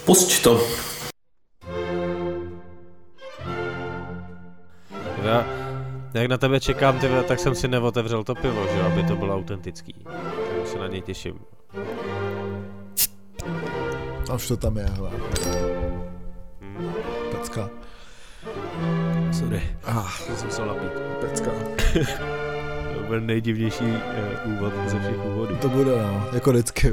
Pusť to. Jak na tebe čekám, tak jsem si neotevřel to pivo, že aby to bylo autentický. Tak se na něj těším. A už to tam je, hele. Pecka. Sorry. Jsem musel napít. Pecka. To byl nejdivnější úvod ze všech úvodů. To bude, no. Jako vždycky.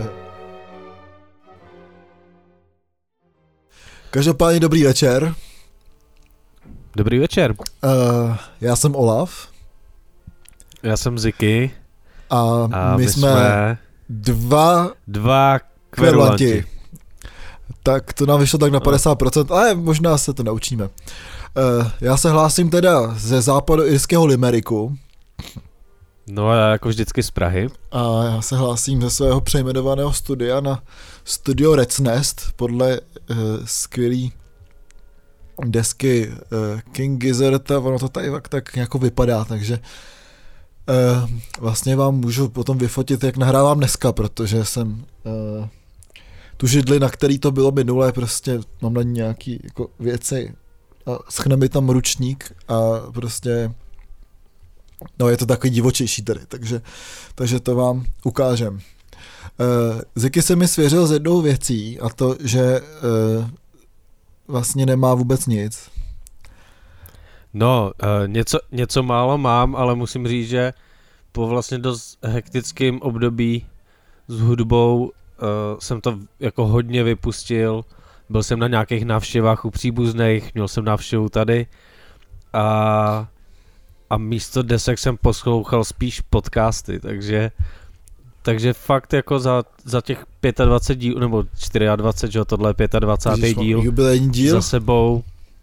Každopádně dobrý večer. Dobrý večer. Já jsem Olaf. Já jsem Ziky. A my jsme dva kverulanti. Tak to nám vyšlo tak na 50%, ale možná se to naučíme. Já se hlásím teda ze západoirského Limericku. No a já jako vždycky z Prahy. A já se hlásím ze svého přejmenovaného studia na studio Red's Nest podle skvělý desky King Gizzard a ono to tady tak jako vypadá, takže vlastně vám můžu potom vyfotit, jak nahrávám dneska, protože jsem tu židli, na který to bylo minulé, prostě mám na ní nějaký jako věci a schne mi tam ručník a prostě no je to takový divočejší tady, takže to vám ukážem. Ziky se mi svěřil s jednou věcí a to, že vlastně nemá vůbec nic. No, něco málo mám, ale musím říct, že po vlastně dost hektickém období s hudbou jsem to jako hodně vypustil. Byl jsem na nějakých návštěvách u příbuzných, měl jsem návštěvu tady a místo desek jsem poslouchal spíš podcasty, takže fakt jako za těch 25 dílů, nebo 24, že tohle je 25. díl, jubilejní díl za sebou,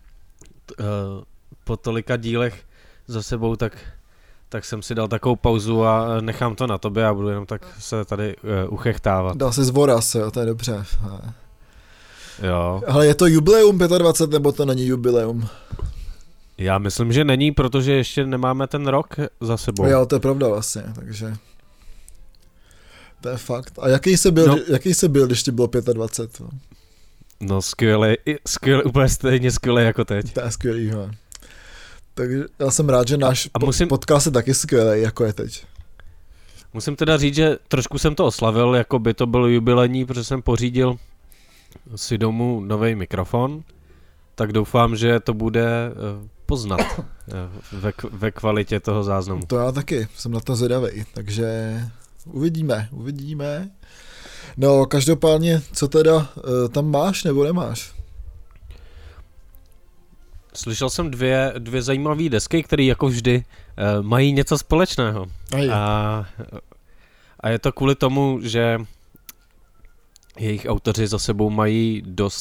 po tolika dílech za sebou, tak jsem si dal takovou pauzu a nechám to na tobě a budu jenom tak se tady uchechtávat. Dal si zvoraz, jo, to je dobře. Jo. Ale je to jubileum 25 nebo to není jubileum? Já myslím, že není, protože ještě nemáme ten rok za sebou. Jo, to je pravda vlastně, takže to je fakt. A jaký jsi byl, když ti bylo 25? No skvělý, úplně stejně skvělý jako teď. To je skvělý, jo. Takže já jsem rád, že náš podcast je taky skvělý, jako je teď. Musím teda říct, že trošku jsem to oslavil, jako by to bylo jubilejní, protože jsem pořídil si domů nový mikrofon, tak doufám, že to bude poznat ve kvalitě toho záznamu. To já taky, jsem na to zvědavej, takže uvidíme. No, každopádně, co teda tam máš nebo nemáš? Slyšel jsem dvě zajímavé desky, které jako vždy mají něco společného. A je to kvůli tomu, že jejich autoři za sebou mají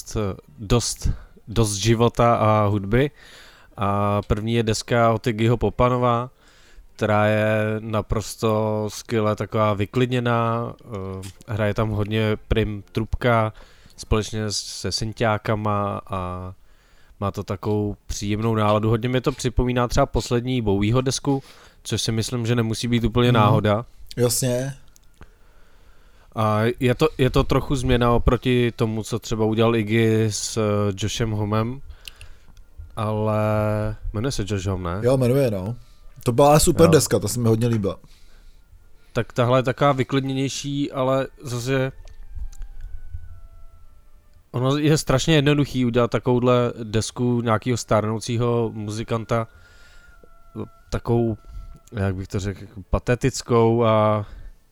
dost života a hudby. A první je deska od Iggyho Popa, která je naprosto skvěle taková vyklidněná, hraje tam hodně prim trubka společně se synťákama a má to takovou příjemnou náladu. Hodně mi to připomíná třeba poslední Bowieho desku, což si myslím, že nemusí být úplně náhoda. Jasně. A je to trochu změna oproti tomu, co třeba udělal Iggy s Joshem Homem, ale jmenuje se Josh Homme, ne? Jo, jmenuje, no. To byla super deska, ta se mi hodně líbila. Tak tahle je taková vyklidněnější, ale zase ono je strašně jednoduchý udělat takovouhle desku nějakého stárnoucího muzikanta, takovou, jak bych to řekl, patetickou a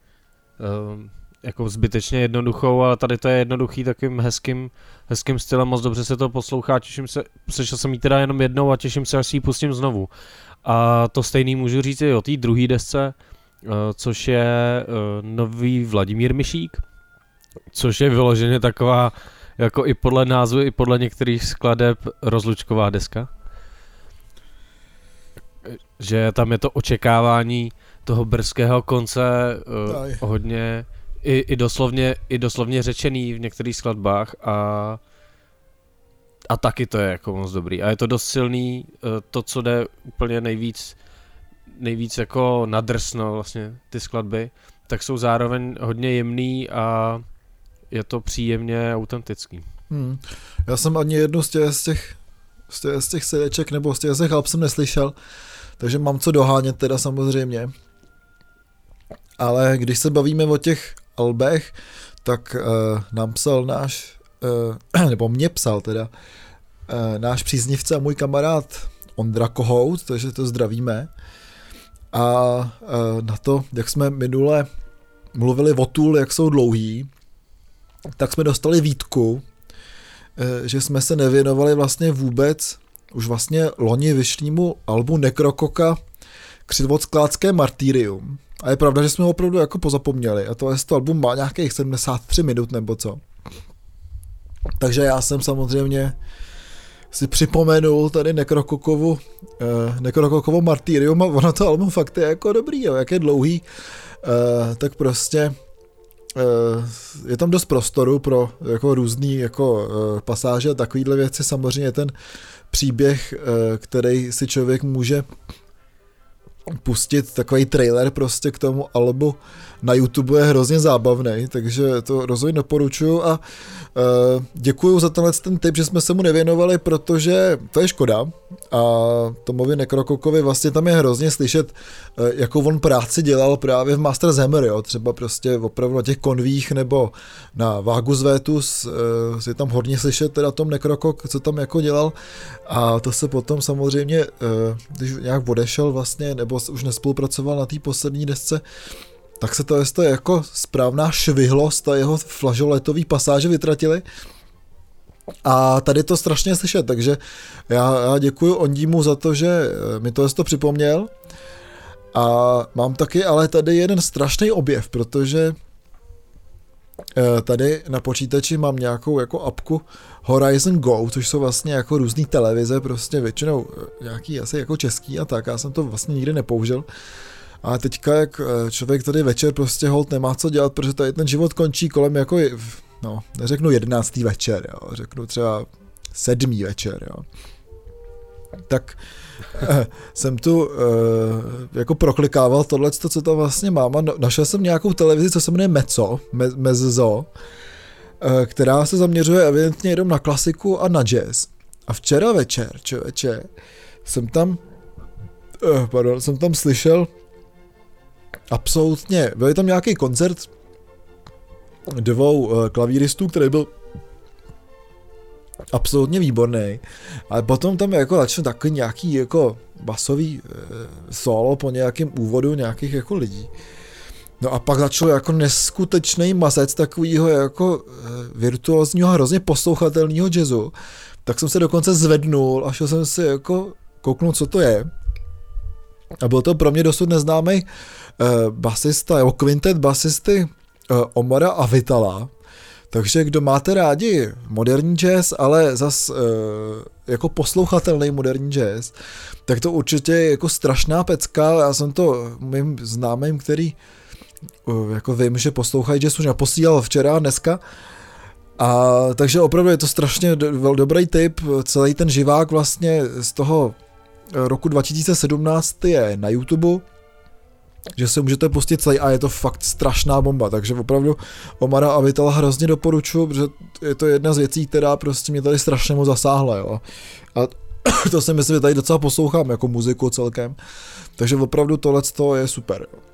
jako zbytečně jednoduchou, ale tady to je jednoduchý takovým hezkým stylem, moc dobře se to poslouchá, těším se, slyšel jsem ji teda jenom jednou a těším se, až si ji pustím znovu. A to stejný můžu říct i o té druhé desce, což je nový Vladimír Mišík, což je vyloženě taková, jako i podle názvu, i podle některých skladeb rozlučková deska. Že tam je to očekávání toho brzkého konce hodně i doslovně řečený v některých skladbách a taky to je jako moc dobrý. A je to dost silný, to, co jde úplně nejvíc jako nadrsno vlastně ty skladby, tak jsou zároveň hodně jemný a je to příjemně autentický. Já jsem ani jednu z těch CDček nebo z těch alb jsem neslyšel, takže mám co dohánět teda samozřejmě. Ale když se bavíme o těch albech, tak nám psal nebo mě psal teda, náš příznivce a můj kamarád Ondra Kohout, takže to zdravíme. A na to, jak jsme minule mluvili o Tool, jak jsou dlouhý, tak jsme dostali výtku, že jsme se nevěnovali vlastně vůbec už vlastně loni vyšlýmu albu Nekrokoka Křivocklácké martýrium. A je pravda, že jsme ho opravdu jako pozapomněli. A to album má nějakých 73 minut nebo co. Takže já jsem samozřejmě si připomenul tady Nekrokokovo martýrium a ono to album fakt je jako dobrý, jo. Jak je dlouhý, tak prostě je tam dost prostoru pro jako různý jako pasáže a takovýhle věci. Samozřejmě ten příběh, který si člověk může pustit, takový trailer prostě k tomu albu na YouTube je hrozně zábavný, takže to rozhodně doporučuju a děkuju za ten tip, že jsme se mu nevěnovali, protože to je škoda a Tomovi Nekrokokovi vlastně tam je hrozně slyšet, jakou on práci dělal právě v Master's Hammer, jo, třeba prostě opravdu na těch konvích nebo na Vagus Vetus je tam hodně slyšet teda Tom Nekrokok, co tam jako dělal a to se potom samozřejmě, když nějak odešel vlastně, nebo už nespolupracoval na té poslední desce, tak se to jako správná švihlost a jeho flažoletový pasáže vytratili. A tady to strašně slyšet, takže já děkuju Ondímu za to, že mi to připomněl. A mám taky ale tady jeden strašný objev, protože tady na počítači mám nějakou jako apku Horizon Go, což jsou vlastně jako různý televize, prostě většinou nějaký asi jako český a tak, já jsem to vlastně nikdy nepoužil. A teďka, jak člověk tady večer prostě holt nemá co dělat, protože tady ten život končí kolem jako, no, neřeknu 11. večer, jo, řeknu třeba 7. večer, jo. Tak jsem tu jako proklikával tohleto, co tam vlastně mám a našel jsem nějakou televizi, co se jmenuje Mezzo, která se zaměřuje evidentně jenom na klasiku a na jazz. A včera večer, člověče, jsem tam slyšel absolutně, byl tam nějaký koncert 2 klavíristů, který byl absolutně výborný, ale potom tam jako začal takový nějaký jako basový solo po nějakém úvodu nějakých jako lidí. No a pak začal jako neskutečný mazec takovýho jako virtuózního a hrozně poslouchatelného jazzu, tak jsem se dokonce zvednul a šel jsem si jako kouknout, co to je. A byl to pro mě dosud neznámý basista, nebo kvintet basisty Omara Avitala. Takže kdo máte rádi moderní jazz, ale zas jako poslouchatelný moderní jazz, tak to určitě je jako strašná pecka. Já jsem to mým známým, který jako vím, že poslouchají jazz, už naposílal včera a dneska. A takže opravdu je to strašně dobrý tip. Celý ten živák vlastně z toho roku 2017 je na YouTube, že se můžete pustit celý a je to fakt strašná bomba, takže opravdu Omara Avitala hrozně doporučuji, protože je to jedna z věcí, která prostě mě tady strašně moc zasáhla, jo. A to si myslím, že tady docela poslouchám jako muziku celkem, takže opravdu tohleto je super, jo.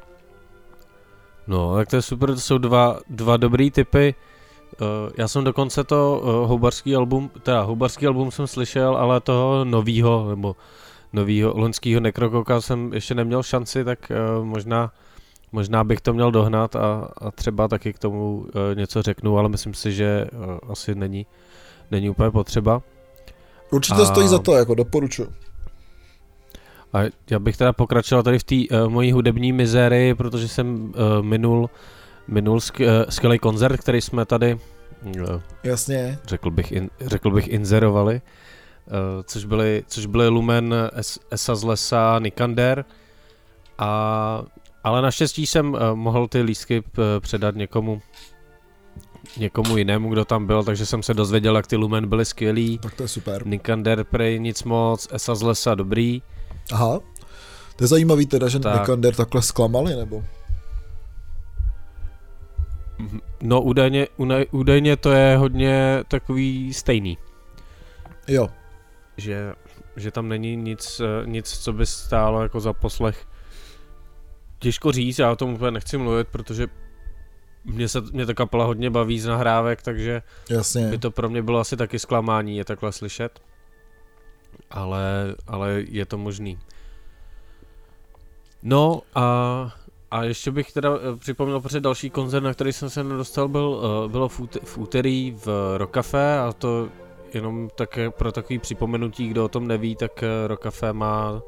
No, tak to je super, to jsou dva dobrý typy. Já jsem dokonce to houbarský album jsem slyšel, ale toho novýho loňskýho Nekrokoka jsem ještě neměl šanci, tak možná bych to měl dohnat a třeba taky k tomu něco řeknu, ale myslím si, že asi není úplně potřeba. Určitě stojí za to, jako doporučuji. A já bych teda pokračoval tady v té mojí hudební mizérii, protože jsem minul skvělý koncert, který jsme tady jasně řekl bych inzerovali, což byly Lumen, Esa z lesa, Nikander, ale naštěstí jsem mohl ty lístky předat někomu jinému, kdo tam byl, takže jsem se dozvěděl, jak ty Lumen byly skvělý. Tak to je super. Nikander prej nic moc, Esa z lesa dobrý. Aha, to je zajímavý teda, že Nikander takhle zklamali, nebo? No údajně to je hodně takový stejný. Jo. Že tam není nic, co by stálo jako za poslech. Těžko říct, já o tom úplně nechci mluvit, protože mě ta kapela hodně baví z nahrávek, takže Jasně. by to pro mě bylo asi taky zklamání je takhle slyšet. Ale je to možný. No a ještě bych teda připomněl, protože další koncert, na který jsem se nedostal, bylo v úterý v Rock Café, a to jenom také pro takový připomenutí, kdo o tom neví, tak Rock Café má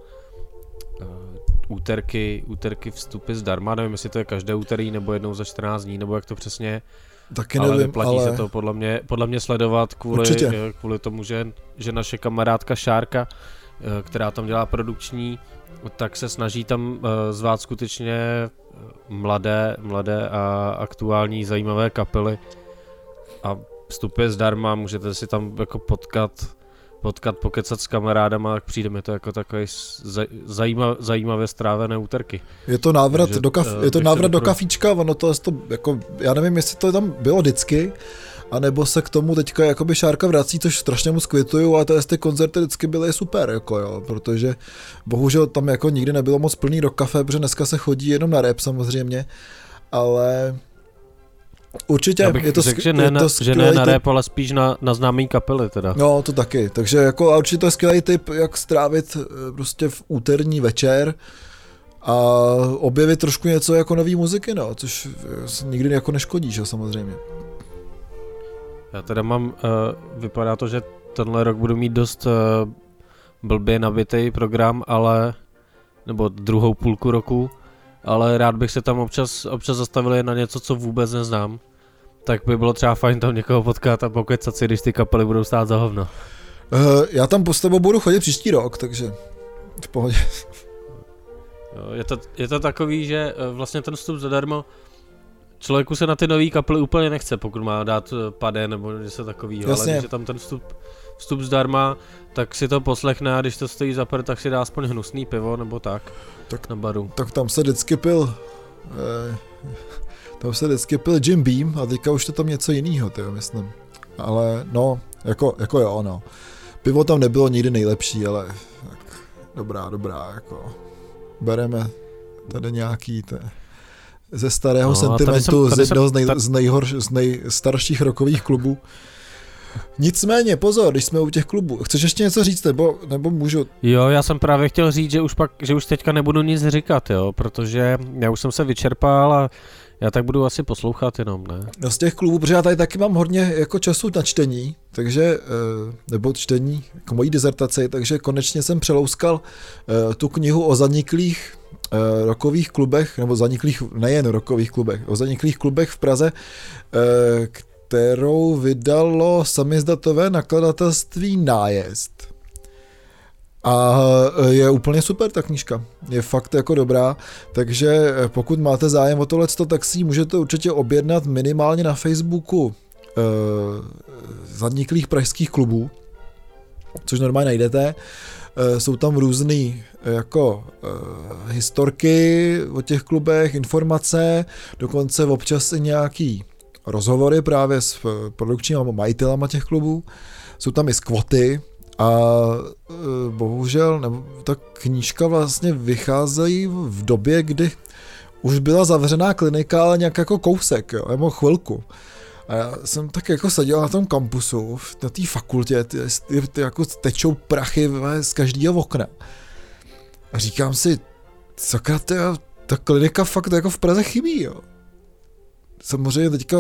úterky vstupy zdarma, nevím, jestli to je každé úterý, nebo jednou za 14 dní, nebo jak to přesně je. Taky ale nevím, vyplatí se to podle mě sledovat kvůli tomu, že naše kamarádka Šárka, která tam dělá produkční, tak se snaží tam zvát skutečně mladé a aktuální zajímavé kapely a vstup je zdarma, můžete si tam jako potkat, pokecat s kamarádama, tak přijde mi to jako takový zajímavě strávené úterky. Je to návrat do kafíčka, ono to jako, já nevím, jestli to tam bylo vždycky, anebo se k tomu teďka jakoby Šárka vrací, což strašně moc kvituju, a ty koncerty vždycky byly super, jako jo, protože bohužel tam jako nikdy nebylo moc plný Rock Café, protože dneska se chodí jenom na rap samozřejmě, ale určitě je to skvělý. Že ne na rap, ale spíš na známý kapely teda. No, to taky, takže jako určitě to je skvělý tip, jak strávit prostě v úterní večer a objevit trošku něco jako nový muziky, no, což nikdy jako neškodí, že samozřejmě. Já teda vypadá to, že tenhle rok budu mít dost blbě nabitý program, nebo druhou půlku roku, ale rád bych se tam občas zastavil na něco, co vůbec neznám. Tak by bylo třeba fajn tam někoho potkat a pokecat si, když ty kapely budou stát za hovno. Já tam po tebou budu chodit příští rok, takže v pohodě. Je to takový, že vlastně ten vstup zadarmo, člověku se na ty nový kapely úplně nechce, pokud má dát pade nebo něco takového, ale když je tam ten vstup zdarma, tak si to poslechne, a když to stojí za prd, tak si dá aspoň hnusný pivo nebo tak na baru. Tak tam se vždycky pil Jim Beam a teďka už to tam něco jinýho, tyjo, myslím. Ale no, jako jo, no. Pivo tam nebylo nikdy nejlepší, ale tak dobrá, jako bereme tady nějaký ze starého sentimentu, z jednoho z nejstarších rockových klubů. Nicméně, pozor, když jsme u těch klubů, chceš ještě něco říct, nebo můžu? Jo, já jsem právě chtěl říct, že už teďka nebudu nic říkat, jo, protože já už jsem se vyčerpal a já tak budu asi poslouchat jenom, ne? No z těch klubů, protože já tady taky mám hodně jako času na čtení, takže, nebo čtení, jako mojí dizertaci, takže konečně jsem přelouskal tu knihu o zaniklých rockových klubech, nebo zaniklých, nejen rockových klubech, o zaniklých klubech v Praze, kterou vydalo samizdatové nakladatelství Nájezd. A je úplně super ta knížka, je fakt jako dobrá, takže pokud máte zájem o tohleto, tak si ji můžete určitě objednat minimálně na Facebooku zaniklých pražských klubů, což normálně najdete. Jsou tam různý jako historky o těch klubech, informace, dokonce občas i nějaký rozhovory právě s produkčními majitelama těch klubů. Jsou tam i skvoty a bohužel ta knížka vlastně vycházejí v době, kdy už byla zavřená klinika, ale nějak jako kousek, jo, nebo chvilku. A já jsem tak jako seděl na tom kampusu, na té fakultě, ty jako tečou prachy z každého okna. A říkám si, sakra, ta klinika fakt jako v Praze chybí, jo. Samozřejmě teďka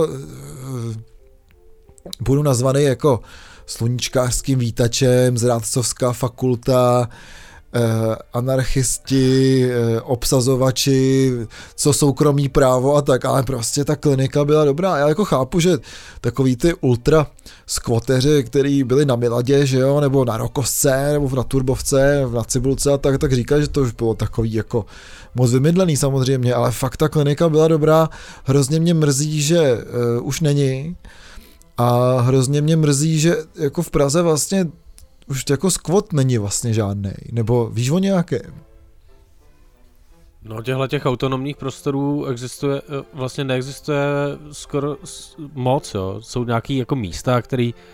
budu nazvaný jako sluníčkářským vítačem, Zrádcovská fakulta, anarchisti, obsazovači, co soukromý právo a tak, ale prostě ta klinika byla dobrá. Já jako chápu, že takový ty ultra skvoteři, který byli na Miladě, že jo, nebo na Rokosce, nebo na Turbovce, na Cibulce a tak říkají, že to už bylo takový jako moc vymydlený samozřejmě, ale fakt ta klinika byla dobrá. Hrozně mě mrzí, že už není, a hrozně mě mrzí, že jako v Praze vlastně už jako skvot není vlastně žádnej, nebo víš o nějakém? No těch autonomních prostorů vlastně neexistuje skoro moc, jo. Jsou nějaký jako místa,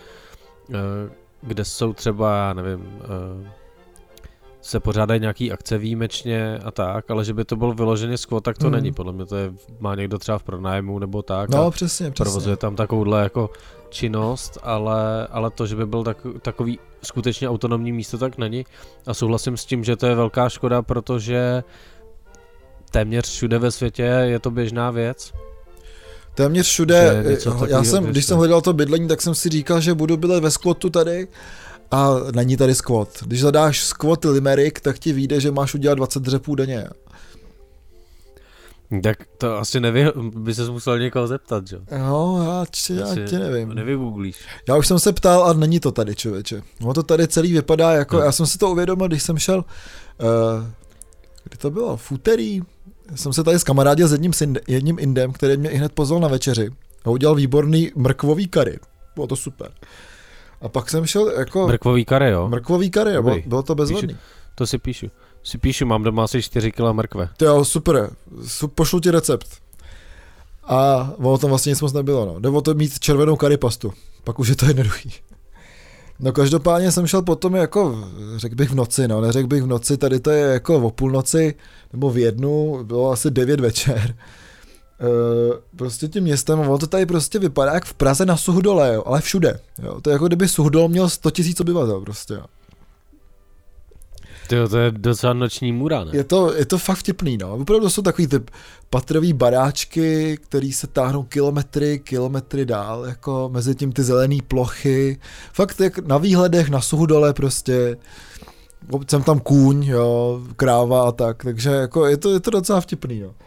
kde jsou třeba, já nevím, se pořádají nějaký akce výjimečně a tak, ale že by to bylo vyloženě squat, tak to není. Podle mě to má někdo třeba v pronájmu nebo tak. No, přesně. Provozuje tam takovouhle jako činnost, ale to, že by byl takový skutečně autonomní místo, tak není. A souhlasím s tím, že to je velká škoda, protože téměř všude ve světě je to běžná věc. Téměř všude, když jsem hledal to bydlení, tak jsem si říkal, že budu bydlet ve squatu tady a není tady squat. Když zadáš squat Limerick, tak ti vyjde, že máš udělat 20 dřepů denně. Tak to asi by ses musel někoho zeptat, že? No, já tě nevím. Nevygooglíš. Já už jsem se ptal a není to tady, člověče. No to tady celý vypadá jako, já jsem si to uvědomil, když jsem šel, kdy to bylo, v úterý, jsem se tady skamarádil s jedním Indem, který mě i hned pozval na večeři a udělal výborný mrkvový curry. Bylo to super. A pak jsem šel jako... Mrkvový curry, jo? Mrkvový curry, bylo to bezvadný. To si píšu, mám doma asi 4 kg mrkve. Jo, super, pošlu ti recept. A ono tam vlastně nic moc nebylo, no. Jde o to mít červenou curry pastu, pak už je to jednoduchý. No každopádně jsem šel potom jako, řekl bych v noci, no, neřekl bych v noci, tady to je jako o půlnoci, nebo v 1, bylo asi 9 večer. Prostě tím městem, ono to tady prostě vypadá jak v Praze na Suchdole, jo, ale všude, jo. To je jako kdyby Suchdol měl 100 000 obyvatel prostě, jo. To je docela noční můra, ne? Je to fakt vtipný, no. Opravdu jsou takový ty patrový baráčky, který se táhnou kilometry dál, jako mezi tím ty zelený plochy. Fakt jak na výhledech na Suchdole prostě. Jsem tam kůň, jo, kráva a tak, takže jako je to docela vtipný, no.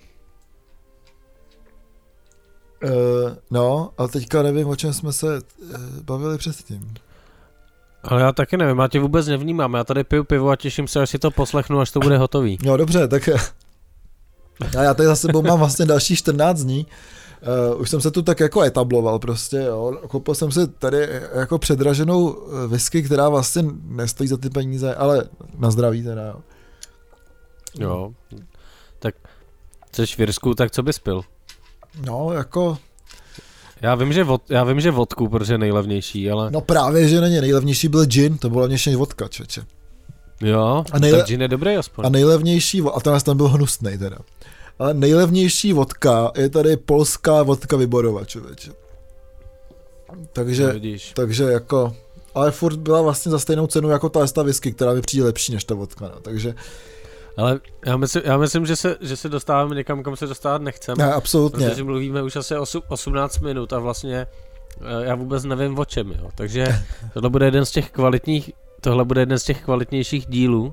No, a teďka nevím, o čem jsme se bavili předtím. Ale já taky nevím, já tě vůbec nevnímám, já tady piju pivo a těším se, až si to poslechnu, až to bude hotový. No dobře, tak já tady za sebou mám vlastně další 14 dní, už jsem se tu tak jako etabloval prostě, jo. Koupil jsem si tady jako předraženou whisky, která vlastně nestojí za ty peníze, ale na zdraví teda, jo. Jo, tak chceš v Irsku, tak co bys pil? No, jako... Já vím, že vodku, protože je nejlevnější, ale... No právě, že není. Nejlevnější byl gin, to bylo levnější než vodka, čeče. Jo, tak gin je dobrý aspoň. A nejlevnější, a ten byl hnusnej teda. Ale nejlevnější vodka je tady polská vodka Vyborova, člověče. Takže jako... Ale furt byla vlastně za stejnou cenu jako ta whisky, která mi přijde lepší než ta vodka, no, takže... Ale já myslím, že se dostáváme někam, kam se dostávat nechceme. Ne, absolutně. Protože mluvíme už asi 18 minut a vlastně já vůbec nevím o čem, jo. Takže tohle bude jeden z těch kvalitnějších dílů.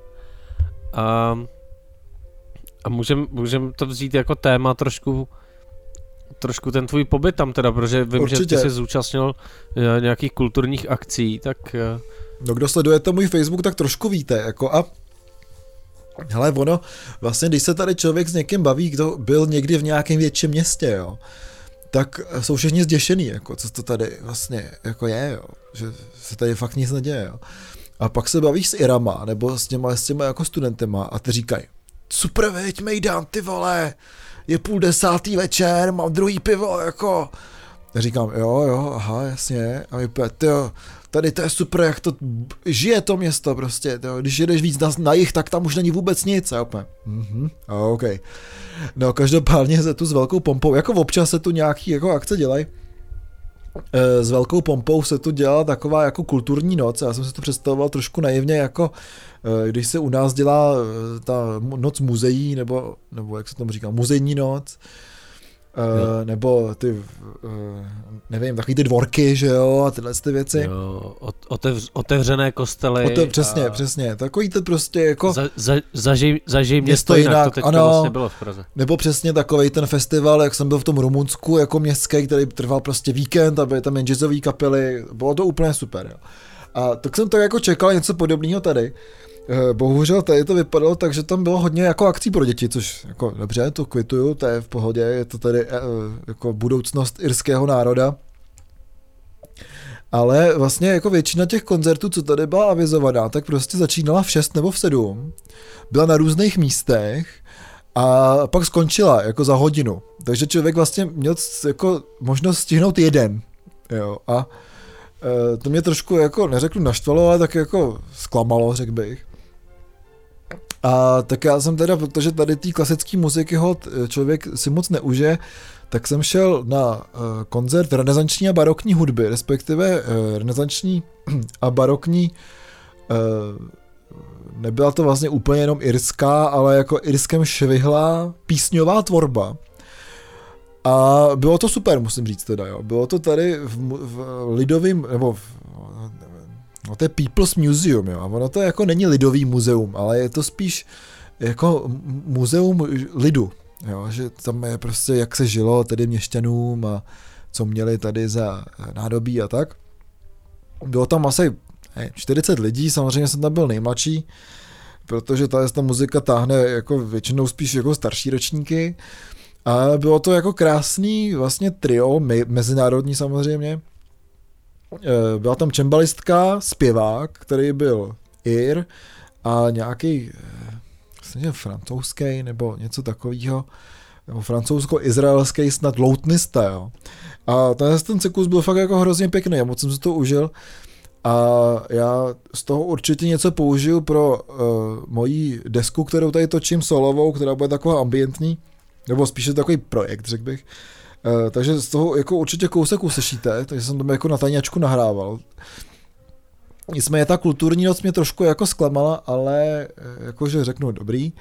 A můžem to vzít jako téma trošku ten tvůj pobyt tam teda, protože vím, určitě, že ty jsi zúčastnil nějakých kulturních akcí, tak... No kdo sledujete můj Facebook, tak trošku víte, jako a... Hele, ono, vlastně, když se tady člověk s někým baví, kdo byl někdy v nějakém větším městě, jo, tak jsou všichni zděšený, jako, co to tady vlastně jako je, jo, že se tady fakt nic neděje, jo. A pak se bavíš s Irama, nebo s těma jako studentema a ty říkají, super, veď, Mejdan, ty vole, je 9:30 večer, mám druhý pivo, jako. Já říkám, jo, aha, jasně, a vypět, tyjo, tady to je super, jak to žije to město prostě, tyjo. Když jedeš víc na jih, tak tam už není vůbec nic, a úplně, ok. No každopádně se tu s velkou pompou, jako občas se tu nějaký jako akce dělají, s velkou pompou se tu dělá taková jako kulturní noc, já jsem si to představoval trošku naivně, jako když se u nás dělá ta noc muzeí, nebo jak se tomu říká, muzejní noc, nebo ty, nevím, takový ty dvorky, že jo, a tyhle ty věci. Jo, otevřené kostely. Přesně, takový to prostě jako... Zažij město jinak, to teďka ano, vlastně bylo v Praze. Nebo přesně takovej ten festival, jak jsem byl v tom Rumunsku, jako městský, který trval prostě víkend, aby tam jen jazzový kapely, bylo to úplně super, jo. A tak jsem tak jako čekal něco podobného tady. Bohužel tady to vypadalo tak, že tam bylo hodně jako akcí pro děti, což jako dobře, to kvituju, to je v pohodě, je to tady jako budoucnost irského národa. Ale vlastně jako většina těch koncertů, co tady byla avizovaná, tak prostě začínala v 6 nebo v 7, byla na různých místech A pak skončila jako za hodinu. Takže člověk vlastně měl jako možnost stihnout jeden. Jo. A to mě trošku jako neřeknu naštvalo, ale tak jako zklamalo, řekl bych. A tak já jsem teda, protože tady té klasické muziky člověk si moc neužije, tak jsem šel na koncert renesanční a barokní hudby, respektive renesanční a barokní, nebyla to vlastně úplně jenom irská, ale jako irskem švihlá písňová tvorba. A bylo to super, musím říct teda, jo. Bylo to tady v lidovým, nebo to je People's Museum, jo. Ono to jako není lidový muzeum, ale je to spíš jako muzeum lidu, jo. Že tam je prostě, jak se žilo tedy měšťanům a co měli tady za nádobí a tak. Bylo tam asi 40 lidí, samozřejmě jsem tam byl nejmladší, protože ta muzika táhne jako většinou spíš jako starší ročníky. A bylo to jako krásný vlastně trio, mezinárodní samozřejmě. Byla tam čembalistka, zpěvák, který byl Ir a nějaký francouzský nebo něco takového, nebo francouzsko-izraelský snad loutnista, jo. A ten cyklus byl fakt jako hrozně pěkný, já moc jsem si to užil. A já z toho určitě něco použiju pro moji desku, kterou tady točím solovou, která bude taková ambientní, nebo spíše takový projekt, řekl bych. Takže z toho jako určitě kousek uslyšíte, takže jsem tam jako na tajňačku nahrával. Nicméně ta kulturní noc mě trošku jako zklamala, ale jakože řeknu dobrý.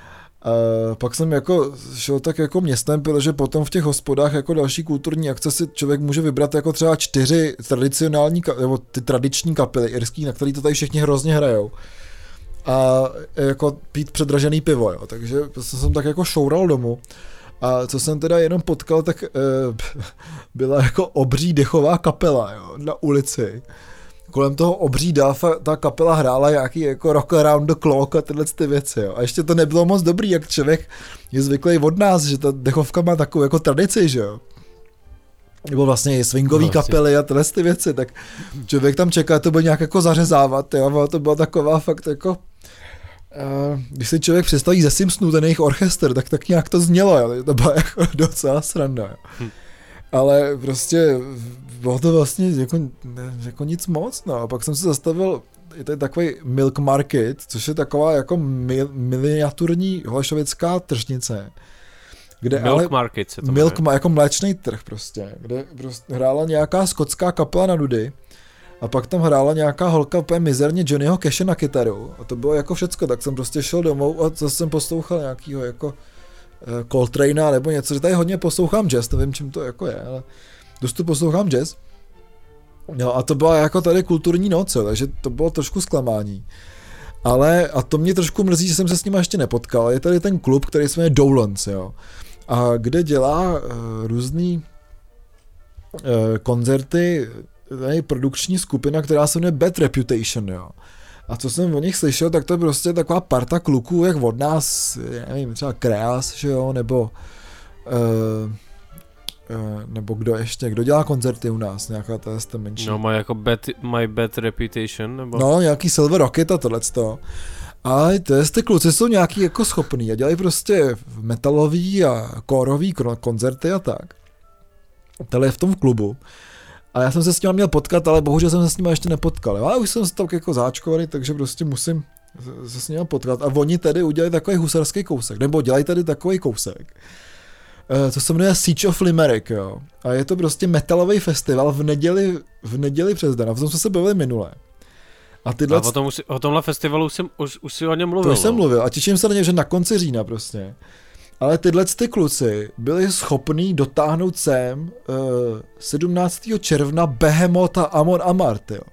Pak jsem jako šel tak jako městem, protože potom v těch hospodách jako další kulturní akce si člověk může vybrat jako třeba 4 tradicionální, nebo ty tradiční kapely irský, na který to tady všichni hrozně hrajou. A jako pít předražený pivo, jo. Takže jsem tak jako šoural domů. A co jsem teda jenom potkal, tak byla jako obří dechová kapela, jo, na ulici. Kolem toho obří dáfa ta kapela hrála nějaký jako Rock Around the Clock a tyhle ty věci, jo. A ještě to nebylo moc dobrý, jak člověk je zvyklý od nás, že ta dechovka má takovou jako tradici, že jo. Nebo vlastně i swingový kapely a tyhle ty věci, tak člověk tam čeká, to bude nějak jako zařezávat, jo. A to byla taková fakt jako... když si člověk představí ze Simpsonů ten jejich orchestr, tak nějak to znělo, jo. To byla jako docela sranda, jo. Ale prostě bylo to vlastně jako nic moc, no. A pak jsem se zastavil, je to takový Milk Market, což je taková jako miniaturní holešovická tržnice. Kde Milk Market se to jmenuje. Jako mléčný trh prostě, kde prostě hrála nějaká skotská kapela na dudy a pak tam hrála nějaká holka úplně mizerně Johnnyho Cashe na kytaru a to bylo jako všecko, tak jsem prostě šel domů a zase jsem poslouchal nějakýho jako Coltrane nebo něco, že tady hodně poslouchám jazz, nevím čím to jako je, ale dost poslouchám jazz. No a to byla jako tady kulturní noc, takže to bylo trošku zklamání. Ale, a to mě trošku mrzí, že jsem se s nima ještě nepotkal, je tady ten klub, který se jmenuje Dowlands, jo. A kde dělá různý koncerty, tady produkční skupina, která se jmenuje Bad Reputation, jo. A co jsem o nich slyšel, tak to je prostě taková parta kluků, jak od nás, nevím, třeba Kreas, že jo, nebo kdo ještě, kdo dělá koncerty u nás, nějaká ta menší. No, má jako My Bad Reputation, nebo? No, nějaký Silver Rocket a tohleto. A ty kluci jsou nějaký jako schopný a dělají prostě metalový a kórový koncerty a tak. Tady je v tom klubu. A já jsem se s nimi měl potkat, ale bohužel jsem se s nimi ještě nepotkal. Ale už jsem se tak jako záčkovaný, takže prostě musím se s nimi potkat. A oni tady udělají takový husarský kousek, nebo dělají tady takový kousek. Co se jmenuje Siege of Limerick, jo. A je to prostě metalový festival v neděli přes den. A v tom jsme se bavili minule. A o tomhle festivalu už si o něm mluvil. To jsem mluvil a těším se na ně, že na konci října prostě. Ale tyhle ty kluci byli schopní dotáhnout sem 17. června Behemoth a Amon Amarth, jo.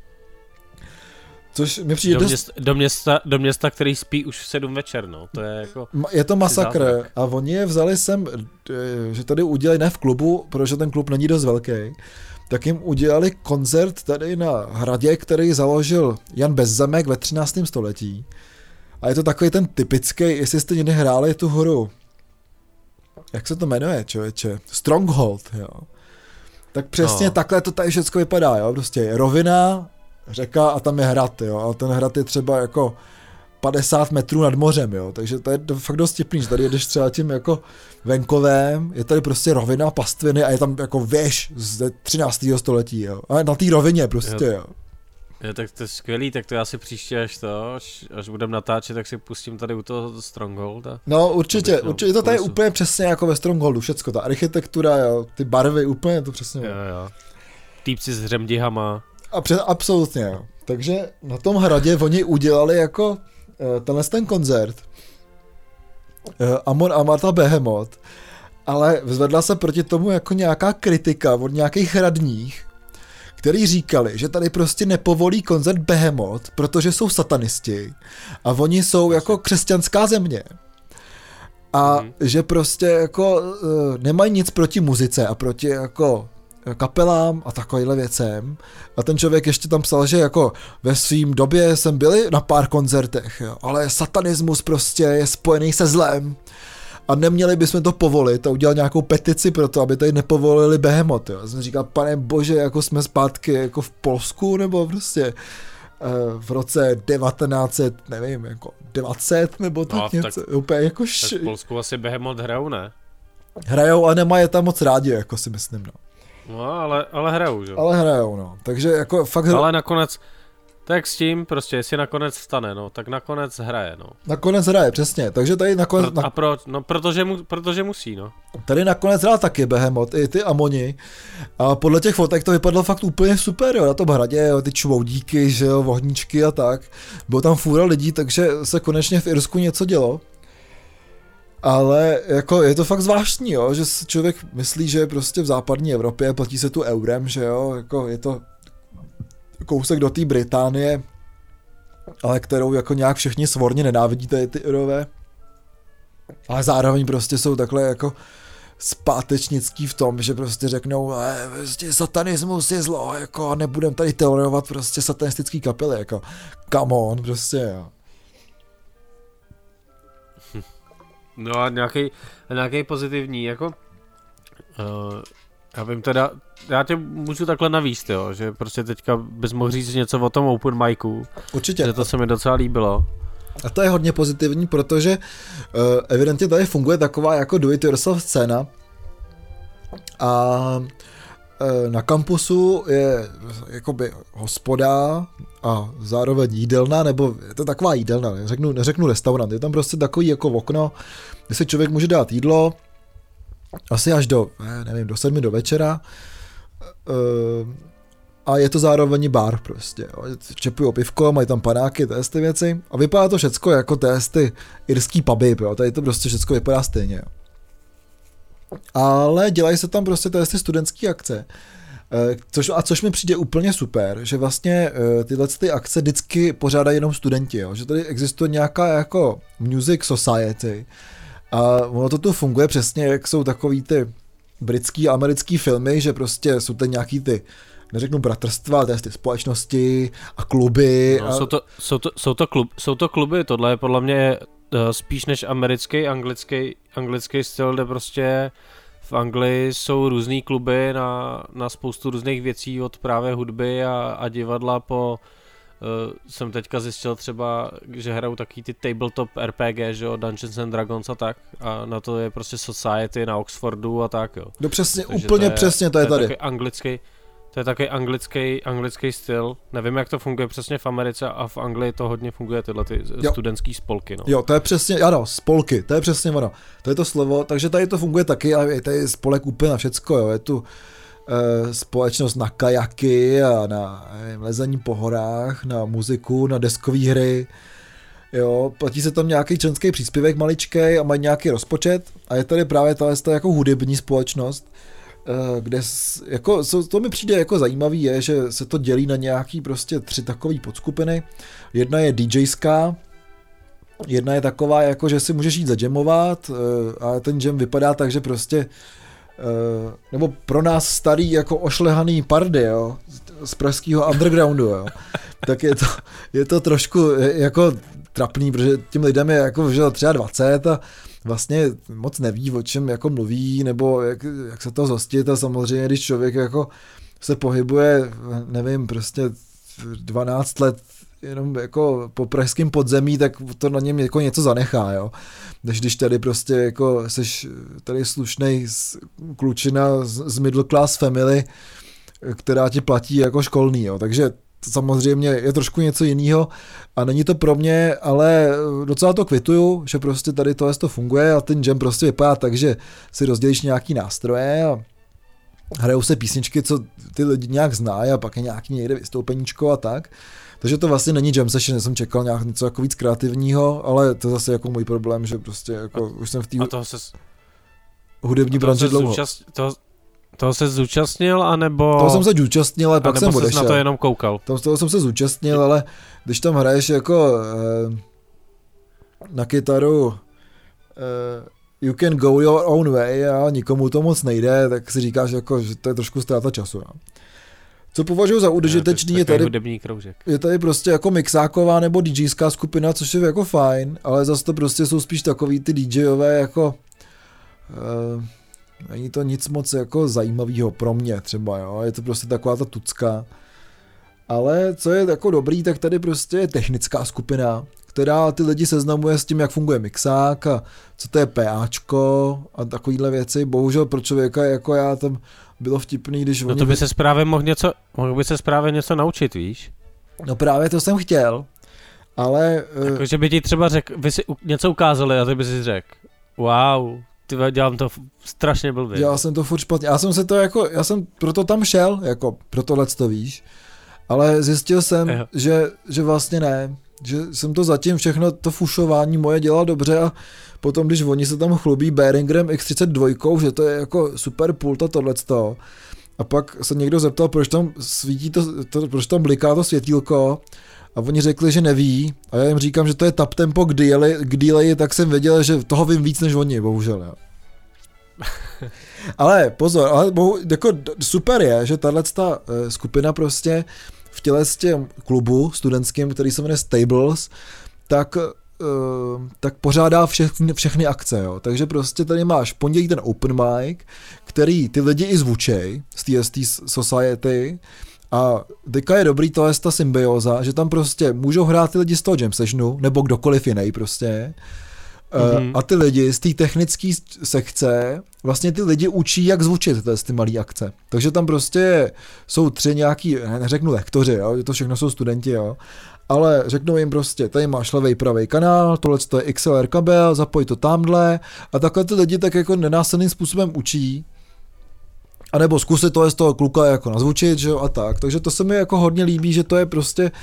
Což mi přijde do města, který spí už v 7 večer, no. To je jako... Je to masakr a oni je vzali sem, že tady udělali ne v klubu, protože ten klub není dost velký, tak jim udělali koncert tady na hradě, který založil Jan Bezzemek ve 13. století. A je to takový ten typický, jestli jste někdy hráli tu hru, jak se to jmenuje, člověče? Stronghold, jo. Tak přesně takhle to tady všechno vypadá, jo. Prostě je rovina, řeka a tam je hrad, jo. A ten hrad je třeba jako 50 metrů nad mořem, jo, takže to je fakt dost vtipný, že tady jedeš třeba tím jako venkovém, je tady prostě rovina pastviny a je tam jako věž z 13. století, jo, a na té rovině prostě, jo. Jo, tak to je skvělý, tak to já si příště až budem natáčet, tak si pustím tady u toho Stronghold. No určitě to tady je úplně přesně jako ve Strongholdu, všecko, ta architektura, jo, ty barvy, úplně to přesně. Jo. Týpci s hřemdihama. Absolutně, jo. Takže na tom hradě oni udělali jako ten koncert Amon Amarta Behemoth, ale vzvedla se proti tomu jako nějaká kritika od nějakých radních, který říkali, že tady prostě nepovolí koncert Behemoth, protože jsou satanisti a oni jsou jako křesťanská země. A že prostě jako nemají nic proti muzice a proti jako kapelám a takovýhle věcem. A ten člověk ještě tam psal, že jako ve svým době jsem byli na pár koncertech, jo, ale satanismus prostě je spojený se zlem a neměli bychom to povolit a udělat nějakou petici pro to, aby tady nepovolili Behemoth. Jo. Jsem říkal, pane bože, jako jsme zpátky jako v Polsku nebo prostě v roce 1900, nevím, jako 20 nebo tak no, něco. Tak, úplně jako tak v Polsku asi Behemoth hrajou, ne? Hrajou a nemají tam moc rádi, jako si myslím, no. No, ale hrajou, že? Ale hrajou, no. Takže jako fakt... Ale nakonec, tak s tím prostě, jestli nakonec vstane, no, tak nakonec hraje, no. Nakonec hraje, přesně, takže tady nakonec... A proč? No, protože musí, no. Tady nakonec hrál taky Behemoth, i ty Amoni. A podle těch fotek to vypadalo fakt úplně super, jo, na tom hradě, jo, ty čvoudíky, že jo, ohníčky a tak. Bylo tam fůra lidí, takže se konečně v Irsku něco dělo. Ale jako je to fakt zvláštní, jo, že člověk myslí, že prostě v západní Evropě platí se tu eurem, že jo, jako je to kousek do té Británie, ale kterou jako nějak všichni svorně nenávidí ty eurové. Ale zároveň prostě jsou takhle jako zpátečnický v tom, že prostě řeknou, prostě satanismus je zlo, jako nebudem tady tolerovat prostě satanistický kapely, jako come on, prostě, jo. No a nějaký pozitivní, jako já vím teda, já tě můžu takhle navíst, jo, že prostě teďka bys mohl říct něco o tom open micu. Určitě. Že to se mi docela líbilo. A to je hodně pozitivní, protože evidentně tady funguje taková jako do-it-yourself scéna a na kampusu je jakoby hospoda a zároveň jídelna, nebo je to taková jídelna, neřeknu restaurant, je tam prostě takový jako okno, kde si člověk může dát jídlo, asi až do 7 do večera a je to zároveň bar prostě, čepují pivko, mají tam panáky, ty věci a vypadá to všecko jako ty irský puby, jo, tady to prostě všecko vypadá stejně, jo. Ale dělají se tam prostě ty studentské akce, což mi přijde úplně super, že vlastně tyhle ty akce vždycky pořádají jenom studenti, jo? Že tady existuje nějaká jako music society a ono to tu funguje přesně, jak jsou takový ty britský a americký filmy, že prostě jsou tady nějaký ty, neřeknu bratrstva, ale ty společnosti a kluby. No, a... Jsou to kluby, tohle je podle mě spíš než anglický styl, kde prostě v Anglii jsou různý kluby na spoustu různých věcí, od právě hudby a divadla po jsem teďka zjistil třeba, že hrajou taky ty tabletop RPG, že jo, Dungeons and Dragons a tak, a na to je prostě Society na Oxfordu a tak, jo. No přesně, takže úplně přesně to je tady. To je taky anglický styl. Nevím, jak to funguje přesně v Americe a v Anglii to hodně funguje, tyhle ty studentský spolky, no. Jo, to je přesně, ano, spolky, to je přesně ono. To je to slovo, takže tady to funguje taky a je tady spolek úplně na všecko, jo. Je tu společnost na kajaky a na lezení po horách, na muziku, na deskové hry. Jo, platí se tam nějaký členský příspěvek maličkej a mají nějaký rozpočet a je tady právě ta jako hudební společnost, kde jako, to mi přijde jako zajímavý je, že se to dělí na nějaký prostě 3 takové podskupiny. Jedna je DJská, jedna je taková jako, že si můžeš jít zadžemovat a ten jam vypadá tak, že prostě nebo pro nás starý jako ošlehaný pardy, jo, z pražského undergroundu, jo, tak je to trošku jako trapný, protože těm lidem je jako že 23 a vlastně moc neví, o čem jako mluví, nebo jak se to zhostit a samozřejmě, když člověk jako se pohybuje, nevím, prostě 12 let jenom jako po pražském podzemí, tak to na něm jako něco zanechá, jo. Když tady prostě jako seš tady slušnej klučina z middle class family, která ti platí jako školný, jo. Takže samozřejmě je trošku něco jiného a není to pro mě, ale docela to kvituju, že prostě tady to funguje a ten jam prostě vypadá tak, že si rozdělíš nějaký nástroje a hrajou se písničky, co ty lidi nějak znají a pak je nějaký někde vystoupeníčko a tak. Takže to vlastně není jam session, jsem čekal nějak něco jako víc kreativního, ale to je zase jako můj problém, že prostě jako už jsem v té hudební branži dlouho. Toho se zúčastnil, anebo... Toho jsem se zúčastnil, ale pak jsem odešel. Nebo na to jenom koukal? Toho jsem se zúčastnil, ale když tam hraješ jako na kytaru you can go your own way a nikomu to moc nejde, tak si říkáš, jako, že to je trošku ztráta času. No. Co považuji za užitečný je tady prostě jako mixáková nebo DJská skupina, což je jako fajn, ale zase to prostě jsou spíš takový ty DJové jako... není to nic moc jako zajímavého pro mě třeba, jo, je to prostě taková ta tucka. Ale co je jako dobrý, tak tady prostě je technická skupina, která ty lidi seznamuje s tím, jak funguje mixák a co to je PAčko a takovýhle věci. Bohužel pro člověka jako já tam bylo vtipný, když... No to by se právě mohl by se právě něco naučit, víš? No právě to jsem chtěl, ale... Jako, že by ti třeba by si něco ukázali a ty by si řekl, wow, dělám to strašně blbě. Dělal jsem to furt špatně. Já jsem proto tam šel, jako pro tohleto, víš. Ale zjistil jsem, že vlastně ne. Že jsem to zatím všechno, to fušování moje dělal dobře a potom, když oni se tam chlubí Behringerem X32, že to je jako super pult a tohleto. A pak se někdo zeptal, proč tam svítí proč tam bliká to světýlko. A oni řekli, že neví. A já jim říkám, že to je tap tempo k delay, tak jsem věděl, že toho vím víc než oni, bohužel. Jo. Ale pozor, jako super je, že tato skupina prostě v těle s tím klubu studentským, který se jmenuje Stables, tak pořádá všechny akce, jo. Takže prostě tady máš pondělí ten open mic, který ty lidi i zvučej z TST Society. A teďka je dobrý to je ta symbioza, že tam prostě můžou hrát ty lidi z toho jam sessionu, nebo kdokoliv jiný prostě. A ty lidi z té technické sekce, vlastně ty lidi učí, jak zvučit ty malé akce. Takže tam prostě jsou 3 nějaký, neřeknu lektoři, jo, to všechno jsou studenti, jo. Ale řeknou jim prostě, tady máš levej, pravej kanál, tohle je XLR kabel, zapoj to tamhle a takhle ty lidi tak jako nenásilným způsobem učí. A nebo zkusit to z toho kluka jako nazvučit, že jo, a tak. Takže to se mi jako hodně líbí, že to je prostě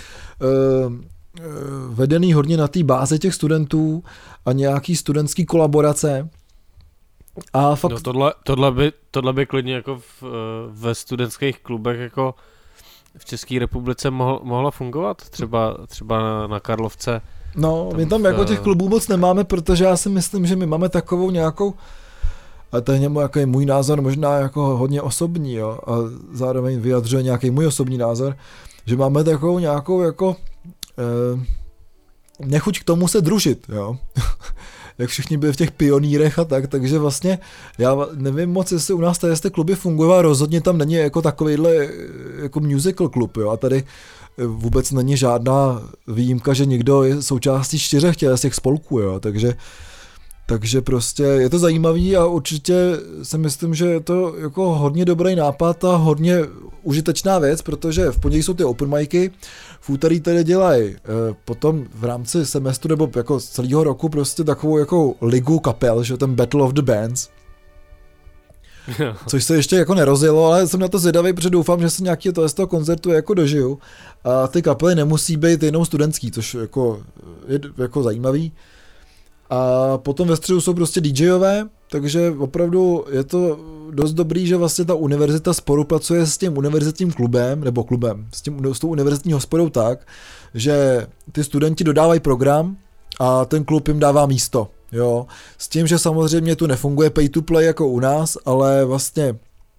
vedený hodně na té báze těch studentů a nějaký studentský kolaborace. A fakt... No tohle by klidně jako ve studentských klubech jako v České republice mohlo fungovat, třeba na Karlovce. No, my tam jako těch klubů moc nemáme, protože já si myslím, že my máme takovou nějakou, a to je jako můj názor možná jako hodně osobní, jo, a zároveň vyjadřuje nějaký můj osobní názor, že máme takovou nějakou jako nechuť k tomu se družit, jo. Jak všichni byli v těch pionýrech a tak, takže vlastně já nevím moc, jestli u nás tady kluby fungují, a rozhodně tam není jako takovejhle jako musical klub, jo, a tady vůbec není žádná výjimka, že někdo je součástí 4 z těch spolků, jo, takže prostě je to zajímavý a určitě si myslím, že je to jako hodně dobrý nápad a hodně užitečná věc, protože v pondělí jsou ty open micy, v úterý tady dělají potom v rámci semestru nebo jako celého roku prostě takovou jako ligu kapel, že ten Battle of the Bands. Což se ještě jako nerozjelo, ale jsem na to zvědavý, protože doufám, že se nějaký z toho koncertu jako dožiju. A ty kapely nemusí být jenom studentský, což jako je jako zajímavý. A potom ve středu jsou prostě DJové, takže opravdu je to dost dobrý, že vlastně ta univerzita spolupracuje s tím univerzitním klubem, s tou univerzitní hospodou tak, že ty studenti dodávají program a ten klub jim dává místo. Jo. S tím, že samozřejmě tu nefunguje pay to play jako u nás, ale vlastně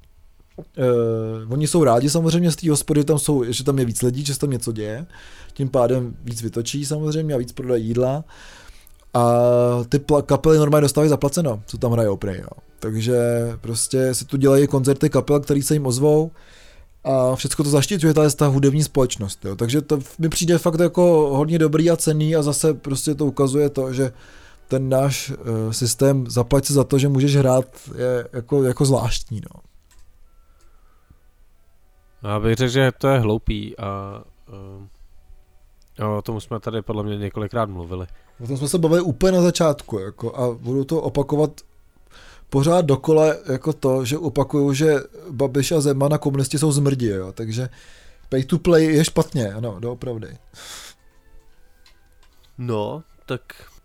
oni jsou rádi samozřejmě z té hospody, že tam je víc lidí, že se tam něco děje, tím pádem víc vytočí samozřejmě a víc prodají jídla. A ty kapely normálně dostávají zaplaceno, co tam hrajou prej, jo. Takže prostě si tu dělají koncerty kapel, který se jim ozvou a všechno to zaštiťuje ta hudební společnost. Jo. Takže to mi přijde fakt jako hodně dobrý a cenný a zase prostě to ukazuje to, že ten náš systém zaplať se za to, že můžeš hrát, je jako zvláštní. No. Já bych řekl, že to je hloupý a o tom jsme tady podle mě několikrát mluvili. O tom jsme se bavili úplně na začátku jako, a budu to opakovat pořád dokola jako to, že opakuju, že Babiš a Zeman a komunisti jsou zmrdi, jo, takže pay to play je špatně, ano, doopravdy. No, tak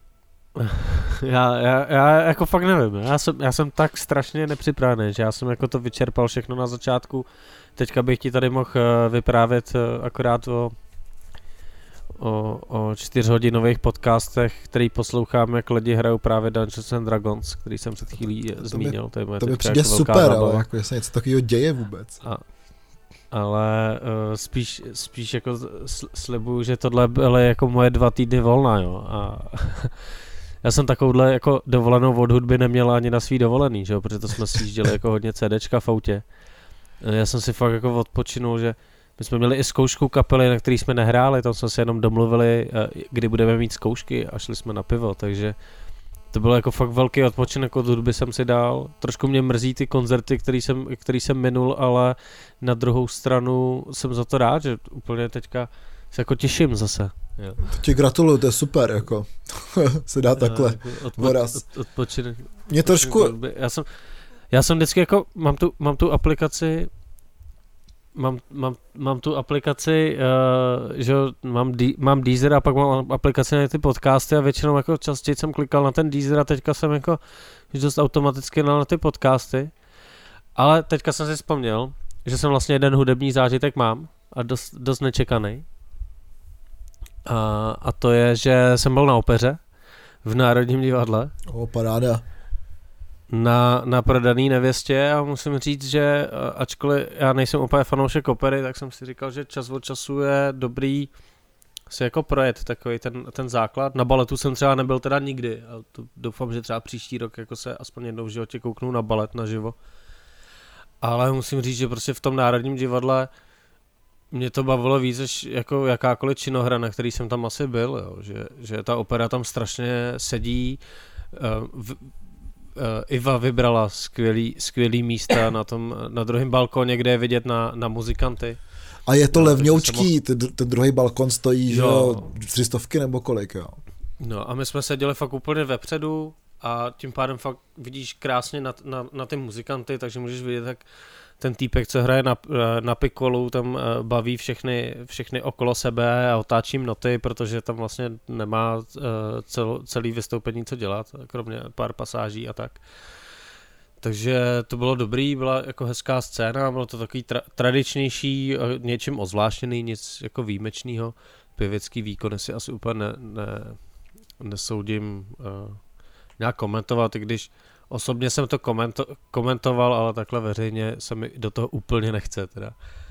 já jako fakt nevím, já jsem tak strašně nepřipravený, že já jsem jako to vyčerpal všechno na začátku, teďka bych ti tady mohl vyprávět akorát o 4hodinových podcastech, který poslouchám, jak lidi hrajou právě Dungeons and Dragons, který jsem před chvílí zmínil. To mi přijde jako super, ale jako, že se něco takového děje vůbec. Ale spíš jako slibuju, že tohle byly jako moje 2 týdny volna, jo. A já jsem takovouhle jako dovolenou od hudby neměl ani na svý dovolený, že jo, protože to jsme sjížděli jako hodně CDčka v autě. Já jsem si fakt jako odpočinul, že my jsme měli i zkoušku kapely, na který jsme nehráli, tam jsme se jenom domluvili, kdy budeme mít zkoušky a šli jsme na pivo, takže to bylo jako fakt velký odpočinek od hudby jsem si dal. Trošku mě mrzí ty koncerty, který jsem minul, ale na druhou stranu jsem za to rád, že úplně teďka se jako těším zase. Jo. To ti gratuluju, to je super, jako se dá takhle voraz. Odpočinek. Mě trošku... Já jsem vždycky jako, mám tu aplikaci, mám tu aplikaci, že mám Deezer a pak mám aplikaci na ty podcasty a většinou jako častěji jsem klikal na ten Deezer a teďka jsem jako dost automaticky na ty podcasty, ale teďka jsem si vzpomněl, že jsem vlastně jeden hudební zážitek mám a dost nečekaný a to je, že jsem byl na opeře v Národním divadle. Paráda. Na Prodaný nevěstě a musím říct, že ačkoliv já nejsem úplně fanoušek opery, tak jsem si říkal, že čas od času je dobrý si jako projet takový ten základ. Na baletu jsem třeba nebyl teda nikdy a to doufám, že třeba příští rok jako se aspoň jednou v životě kouknu na balet naživo. Ale musím říct, že prostě v tom Národním divadle mě to bavilo víc, než jako jakákoliv činohra, na který jsem tam asi byl, jo. Že ta opera tam strašně sedí. Iva vybrala skvělý místa na druhém balkóně, kde je vidět na muzikanty. A je to levňoučký, ten druhý balkon stojí, že 300 nebo kolik, jo. No a my jsme seděli fakt úplně vepředu a tím pádem fakt vidíš krásně na ty muzikanty, takže můžeš vidět, jak ten týpek, co hraje na pikolu, tam baví všechny okolo sebe a otáčí noty, protože tam vlastně nemá celý vystoupení co dělat, kromě pár pasáží a tak. Takže to bylo dobrý, byla jako hezká scéna, bylo to takový tradičnější, něčím ozvláštěný, nic jako výjimečného. Pěvecký výkon si asi úplně nesoudím nějak komentovat, i když osobně jsem to komentoval, ale takhle veřejně se mi do toho úplně nechce teda.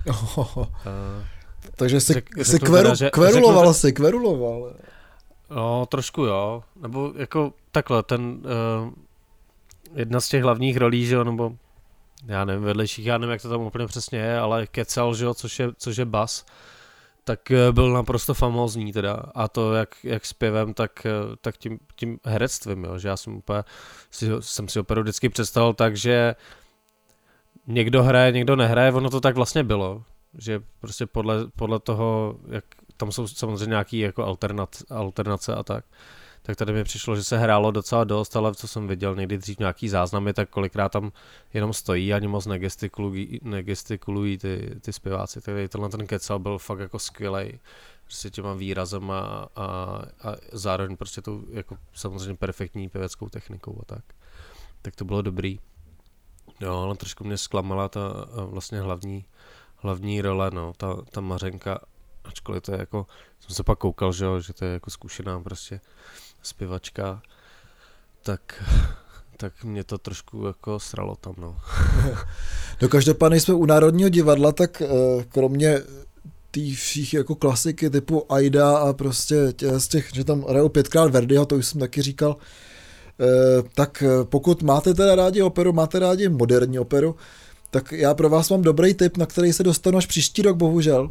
Takže se kveruloval. No, trošku jo, nebo jako takhle, jedna z těch hlavních rolí, že jo, nebo já nevím, vedlejších, já nevím, jak to tam úplně přesně je, ale kecal, že jo, což je bas, tak byl naprosto famózní teda a to jak zpěvem, tak tím herectvím, jo, že já jsem si operu vždycky představil tak, že někdo hraje, někdo nehraje, ono to tak vlastně bylo, že prostě podle toho, jak tam jsou samozřejmě nějaký jako alternace a tak tady mi přišlo, že se hrálo docela dost, ale co jsem viděl někdy dřív nějaký záznamy, tak kolikrát tam jenom stojí, ani moc negestikulují ty zpěváci. Takže ten kecal byl fakt jako skvělej, prostě těma výrazem a zároveň prostě tou jako samozřejmě perfektní pěveckou technikou a tak. Tak to bylo dobrý. Jo, ale trošku mě zklamala ta vlastně hlavní role, no, ta Mařenka, ačkoliv to je jako, jsem se pak koukal, že to je jako zkušená prostě zpěvačka, tak mě to trošku jako sralo tam, no. No každopádně jsme u Národního divadla, tak kromě tý všich jako klasiky typu Aida a prostě z těch, že tam hrajou 5krát Verdiho, to už jsem taky říkal, tak pokud máte teda rádi operu, máte rádi moderní operu, tak já pro vás mám dobrý tip, na který se dostanu až příští rok, bohužel.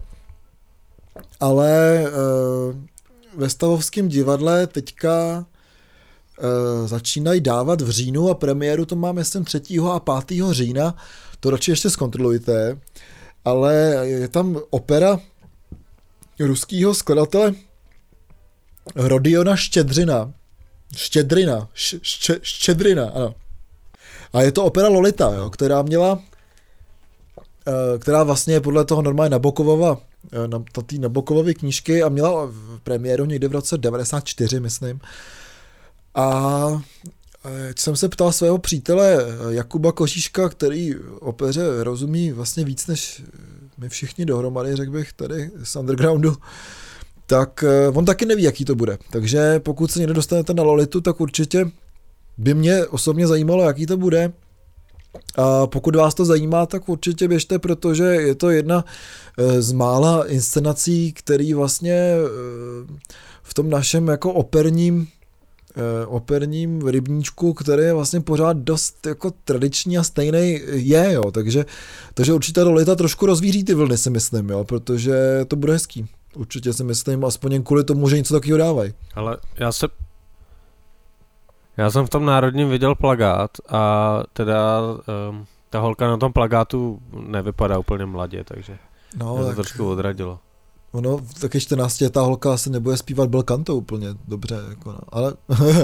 Ale ve Stavovském divadle teďka začínají dávat v říjnu a premiéru to mám myslím 3. a 5. října, to radši ještě zkontrolujte, ale je tam opera ruského skladatele Rodiona Štědrina, ano. A je to opera Lolita, jo, která vlastně je podle toho normálně Nabokovovy knížky a měla premiéru někdy v roce 94, myslím. A jsem se ptal svého přítele Jakuba Kožíška, který opeře rozumí vlastně víc než my všichni dohromady, řekl bych, tady z undergroundu, tak on taky neví, jaký to bude. Takže pokud se někdo dostanete na Lolitu, tak určitě by mě osobně zajímalo, jaký to bude. A pokud vás to zajímá, tak určitě běžte, protože je to jedna z mála inscenací, který vlastně v tom našem jako operním rybníčku, který je vlastně pořád dost jako tradiční a stejný je, jo, takže určitě Lolita trošku rozvíří ty vlny, si myslím, jo, protože to bude hezký. Určitě si myslím, aspoň kvůli tomu, že něco takového dávají. Ale já jsem v tom Národním viděl plakát a teda ta holka na tom plakátu nevypadá úplně mladě, takže mě to trošku odradilo. Ono, taky 14letá holka asi nebude zpívat bel canto úplně dobře, jako no, ale...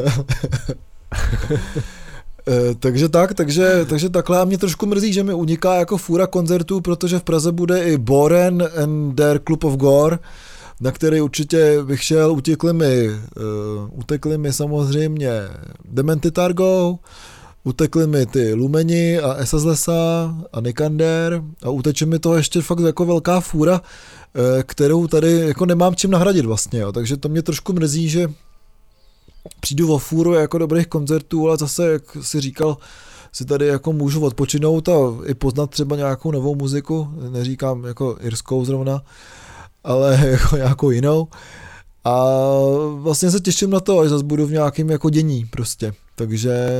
takže takhle a mě trošku mrzí, že mi uniká jako fůra koncertů, protože v Praze bude i Boren and their Club of Gore, na který určitě bych šel, utekli mi samozřejmě Demented Argo, utekli mi ty Lumeni a Esa z lesa a Nikander a uteče mi to ještě fakt jako velká fůra, kterou tady jako nemám čím nahradit vlastně, jo. Takže to mě trošku mrzí, že přijdu o fůru jako dobrých koncertů, ale zase, jak si říkal, si tady jako můžu odpočinout a i poznat třeba nějakou novou muziku, neříkám jako irskou zrovna, ale jako nějakou jinou. A vlastně se těším na to, až zase budu v nějakém jako dění prostě, takže...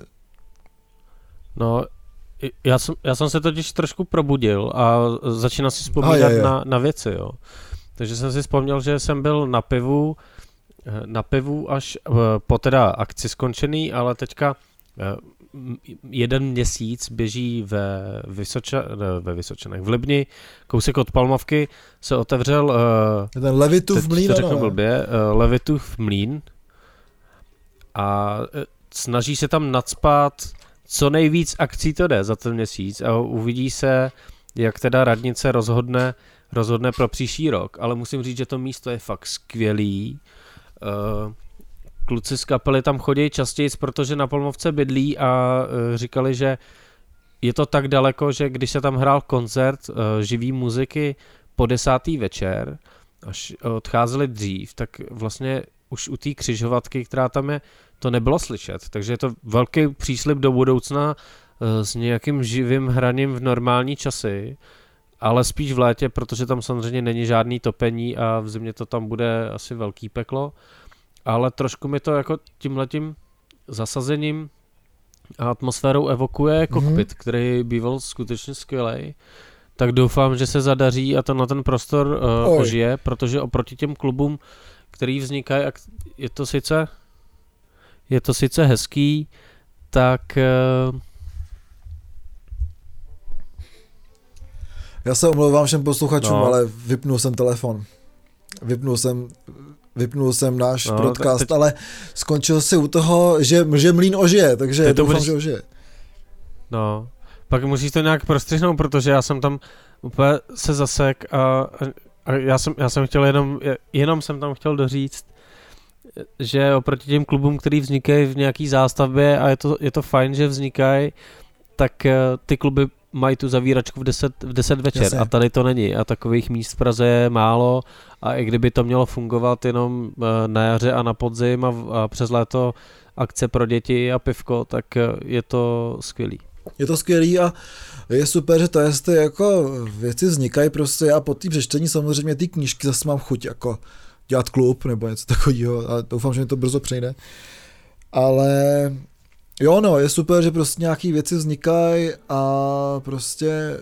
No, já jsem se totiž trošku probudil a začínal si vzpomínat na věci, jo. Takže jsem si vzpomněl, že jsem byl na pivu až po teda akci skončený, ale teďka 1 měsíc běží ve Vysočanech. V Libni, kousek od Palmovky, se otevřel ten Levitův mlýn, Levitův mlýn a snaží se tam nacpat co nejvíc akcí to jde za ten měsíc a uvidí se, jak teda radnice rozhodne pro příští rok, ale musím říct, že to místo je fakt skvělý. Kluci z kapely tam chodí častěji, protože na Palmovce bydlí a říkali, že je to tak daleko, že když se tam hrál koncert živý muziky po 10. večer, až odcházeli dřív, tak vlastně už u té křižovatky, která tam je, to nebylo slyšet, takže je to velký příslib do budoucna s nějakým živým hraním v normální časy, ale spíš v létě, protože tam samozřejmě není žádný topení a v zimě to tam bude asi velký peklo, ale trošku mi to jako tímhletím zasazením a atmosférou evokuje kokpit, který býval skutečně skvělej. Tak doufám, že se zadaří a to na ten prostor ožije, protože oproti těm klubům, který vznikají, je to sice hezký, tak... Já se omlouvám všem posluchačům, ale vypnul jsem telefon. Vypnul jsem náš podcast, ale skončil si u toho, že mlýn ožije, takže doufám, že ožije. No, pak musíš to nějak prostřihnout, protože já jsem tam úplně se zasek a já jsem chtěl jenom jsem tam chtěl doříct, že oproti těm klubům, který vznikají v nějaký zástavbě a je to fajn, že vznikají, tak ty kluby mají tu zavíračku v 10 večer. Jasně. A tady to není a takových míst v Praze je málo a i kdyby to mělo fungovat jenom na jaře a na podzim a přes léto akce pro děti a pivko, tak je to skvělý. Je to skvělý a je super, že ty jako věci vznikají prostě. Já po té přečtení samozřejmě ty knížky zase mám chuť jako dělat klub nebo něco takového a doufám, že mi to brzo přejde. Ale Jo, no, je super, že prostě nějaký věci vznikají a prostě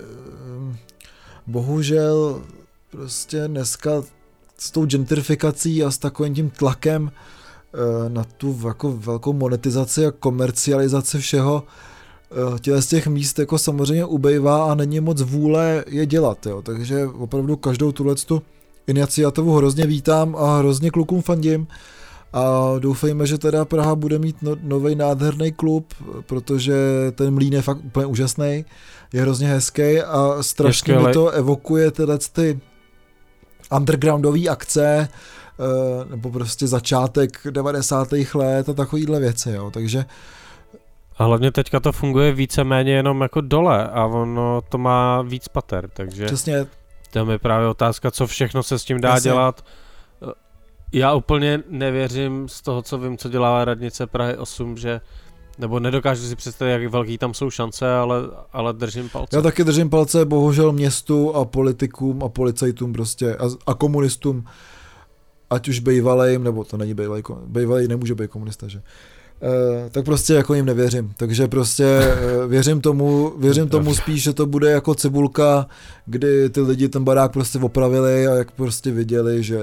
bohužel prostě dneska s tou gentrifikací a s takovým tím tlakem na tu jako velkou monetizaci a komercializaci všeho z těch míst jako samozřejmě ubejvá a není moc vůle je dělat, jo. Takže opravdu každou tu iniciativu hrozně vítám a hrozně klukům fandím a doufejme, že teda Praha bude mít nový nádherný klub, protože ten Mlýn je fakt úplně úžasný, je hrozně hezký a strašně mi to evokuje tyhle ty undergroundové akce, nebo prostě začátek 90. let a takovýhle věci, jo, takže a hlavně teďka to funguje víceméně jenom jako dole a ono to má víc pater, takže přesně. To je právě otázka, co všechno se s tím dá dělat. Já úplně nevěřím z toho, co vím, co dělá radnice Prahy 8, že nebo nedokážu si představit, jak velký tam jsou šance, ale držím palce. Já taky držím palce, bohužel městu a politikům a policajtům prostě a komunistům, ať už bejvalejím, nebo to není bejvalej nemůže být komunista, že? Tak prostě jako jim nevěřím, takže prostě věřím tomu spíš, že to bude jako cibulka, kdy ty lidi ten barák prostě opravili a jak prostě viděli, že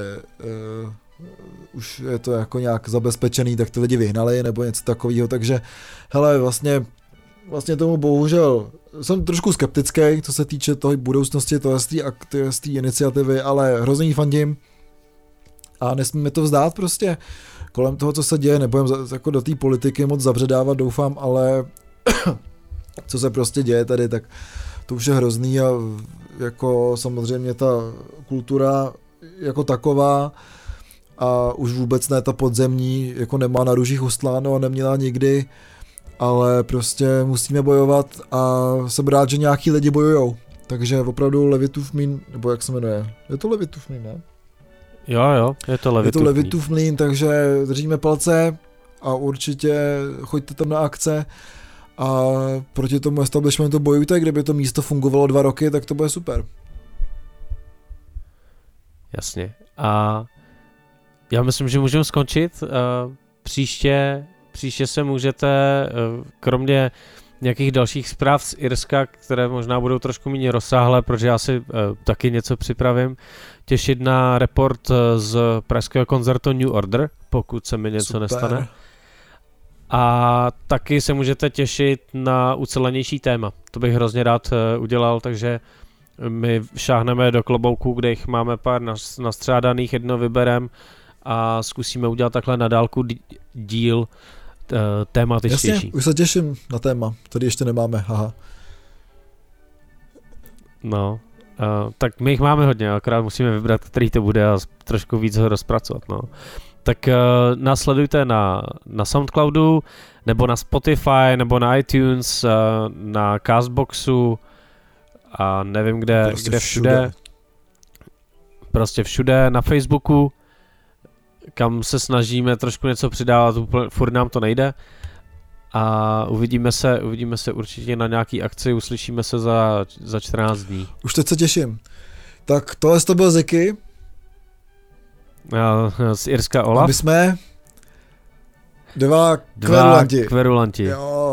už je to jako nějak zabezpečený, tak ty lidi vyhnali nebo něco takového, takže hele, vlastně tomu bohužel jsem trošku skeptický, co se týče toho budoucnosti té iniciativy, ale hrozně jí fandím a nesmíme to vzdát prostě. Kolem toho, co se děje, nebudem jako do té politiky moc zabředávat, doufám, ale co se prostě děje tady, tak to už je hrozný a jako samozřejmě ta kultura jako taková a už vůbec ne ta podzemní, jako nemá na růžích ustláno a neměla nikdy, ale prostě musíme bojovat a jsem rád, že nějaký lidi bojujou. Takže opravdu Levitův mlýn, nebo jak se jmenuje? Je to Levitův mlýn, ne? Jo, je to Levitův mlýn, takže držíme palce a určitě choďte tam na akce a proti tomu establishmentu bojujte, kdyby to místo fungovalo 2 roky, tak to bude super. Jasně. A já myslím, že můžeme skončit. Příště se můžete, kromě nějakých dalších zpráv z Irska, které možná budou trošku méně rozsáhlé, protože já si taky něco připravím, těšit na report z pražského koncertu New Order, pokud se mi něco nestane. A taky se můžete těšit na ucelenější téma. To bych hrozně rád udělal, takže my šáhneme do klobouku, kde jich máme pár nastřádaných, jedno vyberem a zkusíme udělat takhle na dálku díl tématičtější. Jasně, už se těším na téma, tady ještě nemáme, haha. No, tak my jich máme hodně, akorát musíme vybrat, který to bude a trošku víc ho rozpracovat, no. Tak následujte na Soundcloudu, nebo na Spotify, nebo na iTunes, na Castboxu a nevím kde, prostě kde všude. Prostě všude, na Facebooku, kam se snažíme trošku něco přidávat, furt nám to nejde. A uvidíme se určitě na nějaký akci, uslyšíme se za 14 dní. Už teď se těším. Tak tohle to byl Ziky. Z Irska Olaf. A my jsme dva kverulanti. Jo.